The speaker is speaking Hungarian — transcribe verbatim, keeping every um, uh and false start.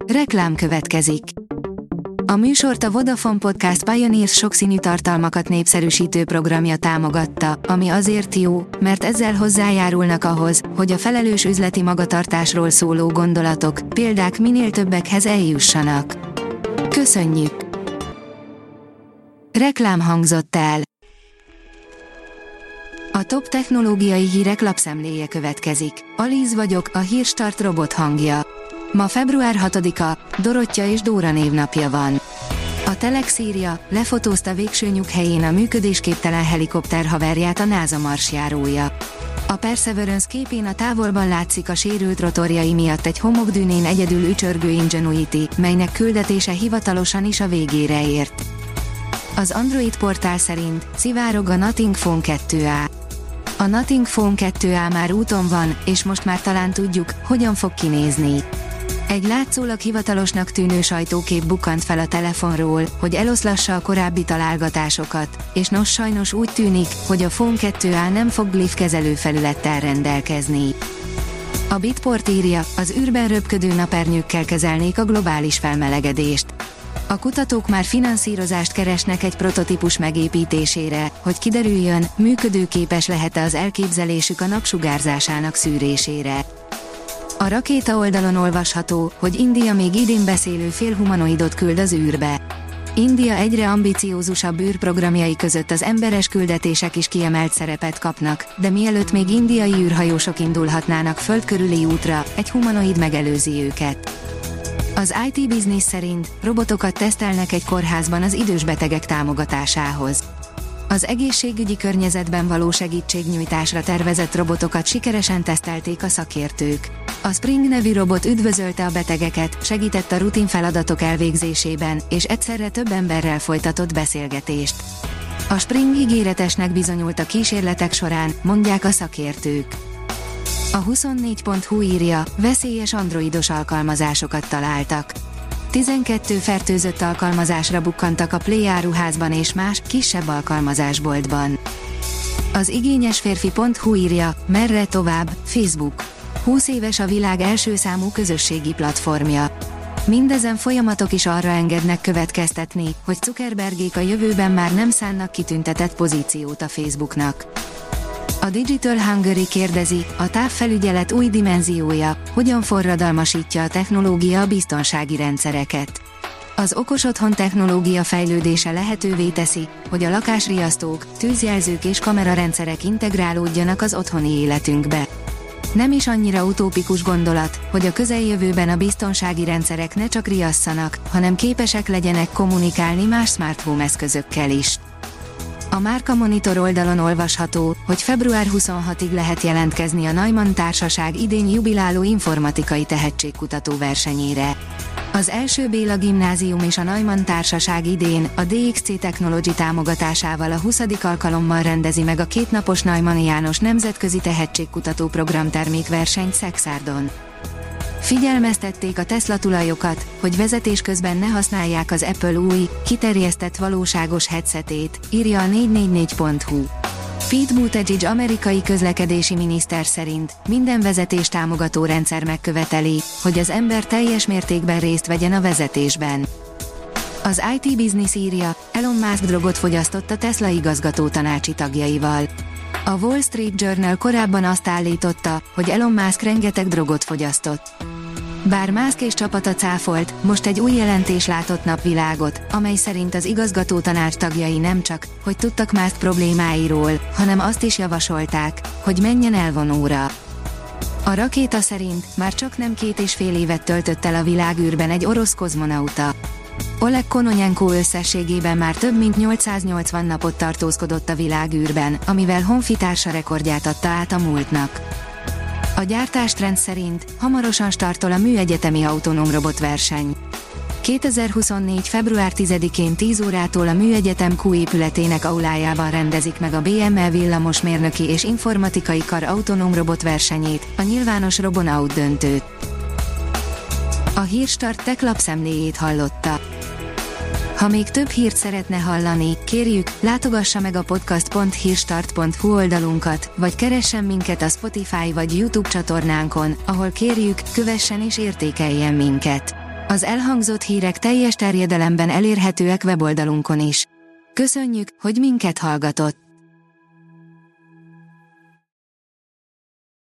Reklám következik. A műsort a Vodafone Podcast Pioneers sokszínű tartalmakat népszerűsítő programja támogatta, ami azért jó, mert ezzel hozzájárulnak ahhoz, hogy a felelős üzleti magatartásról szóló gondolatok, példák minél többekhez eljussanak. Köszönjük! Reklám hangzott el. A top technológiai hírek lapszemléje következik. Alíz vagyok, a Hírstart robot hangja. Ma február hatodika, Dorottya és Dóra névnapja van. A Telex írja, lefotózta végső nyughelyén a működésképtelen helikopter haverját a NASA marsjárója. A Perseverance képén a távolban látszik a sérült rotorjai miatt egy homokdűnén egyedül ücsörgő Ingenuity, melynek küldetése hivatalosan is a végére ért. Az Android portál szerint szivárog a Nothing Phone kettő á. A Nothing Phone kettő á már úton van, és most már talán tudjuk, hogyan fog kinézni. Egy látszólag hivatalosnak tűnő sajtókép bukkant fel a telefonról, hogy eloszlassa a korábbi találgatásokat, és nos sajnos úgy tűnik, hogy a Phone kettő á nem fog glif kezelőfelülettel rendelkezni. A Bitport írja, az űrben röpködő napernyőkkel kezelnék a globális felmelegedést. A kutatók már finanszírozást keresnek egy prototípus megépítésére, hogy kiderüljön, működőképes lehet-e az elképzelésük a napsugárzásának szűrésére. A rakéta oldalon olvasható, hogy India még idén beszélő félhumanoidot küld az űrbe. India egyre ambiciózusabb űrprogramjai között az emberes küldetések is kiemelt szerepet kapnak, de mielőtt még indiai űrhajósok indulhatnának föld körüli útra, egy humanoid megelőzi őket. Az i té Business szerint robotokat tesztelnek egy kórházban az idős betegek támogatásához. Az egészségügyi környezetben való segítségnyújtásra tervezett robotokat sikeresen tesztelték a szakértők. A Spring nevű robot üdvözölte a betegeket, segített a rutin feladatok elvégzésében, és egyszerre több emberrel folytatott beszélgetést. A Spring ígéretesnek bizonyult a kísérletek során, mondják a szakértők. A huszonnégy pont hu írja, veszélyes androidos alkalmazásokat találtak. tizenkét fertőzött alkalmazásra bukkantak a Play áruházban és más, kisebb alkalmazásboltban. Az igényesférfi pont hu írja, merre tovább, Facebook. húsz éves a világ első számú közösségi platformja. Mindezen folyamatok is arra engednek következtetni, hogy Zuckerbergék a jövőben már nem szánnak kitüntetett pozíciót a Facebooknak. A Digital Hungary kérdezi, a távfelügyelet új dimenziója, hogyan forradalmasítja a technológia a biztonsági rendszereket. Az okos otthon technológia fejlődése lehetővé teszi, hogy a lakásriasztók, tűzjelzők és kamerarendszerek integrálódjanak az otthoni életünkbe. Nem is annyira utópikus gondolat, hogy a közeljövőben a biztonsági rendszerek ne csak riasszanak, hanem képesek legyenek kommunikálni más smart home eszközökkel is. A Márka Monitor oldalon olvasható, hogy február huszonhatodikáig lehet jelentkezni a Neumann Társaság idén jubiláló informatikai tehetségkutató versenyére. Az első Béla Gimnázium és a Neumann Társaság idén a dé iksz cé Technology támogatásával a huszadik alkalommal rendezi meg a kétnapos Neumann János Nemzetközi Tehetségkutató Program termékversenyt Szexárdon. Figyelmeztették a Tesla tulajokat, hogy vezetés közben ne használják az Apple új, kiterjesztett valóságos headsetét, írja a négy négy négy pont hu. Pete Buttigieg amerikai közlekedési miniszter szerint minden vezetés támogató rendszer megköveteli, hogy az ember teljes mértékben részt vegyen a vezetésben. Az i té Business írja, Elon Musk drogot fogyasztott a Tesla igazgató tanácsi tagjaival. A Wall Street Journal korábban azt állította, hogy Elon Musk rengeteg drogot fogyasztott. Bár Musk és csapata cáfolt, most egy új jelentés látott napvilágot, amely szerint az igazgató tanács tagjai nem csak, hogy tudtak Musk problémáiról, hanem azt is javasolták, hogy menjen elvonóra. A rakéta szerint már csak nem két és fél évet töltött el a világűrben egy orosz kozmonauta. Oleg Kononyenko összességében már több mint nyolcszáznyolcvan napot tartózkodott a világűrben, amivel honfitársa rekordját adta át a múltnak. A gyártástrend szerint hamarosan startol a műegyetemi autonóm robotverseny. kétezer-huszonnégy február tizedikén tíz órától a Műegyetem Q épületének aulájában rendezik meg a bé em e villamosmérnöki és informatikai kar autonóm robotversenyét, a nyilvános Robonaut döntőt. A Hírstart Tech lapszemléjét hallotta. Ha még több hírt szeretne hallani, kérjük, látogassa meg a podcast pont hírstart pont hu oldalunkat, vagy keressen minket a Spotify vagy YouTube csatornánkon, ahol kérjük, kövessen és értékeljen minket. Az elhangzott hírek teljes terjedelemben elérhetőek weboldalunkon is. Köszönjük, hogy minket hallgatott!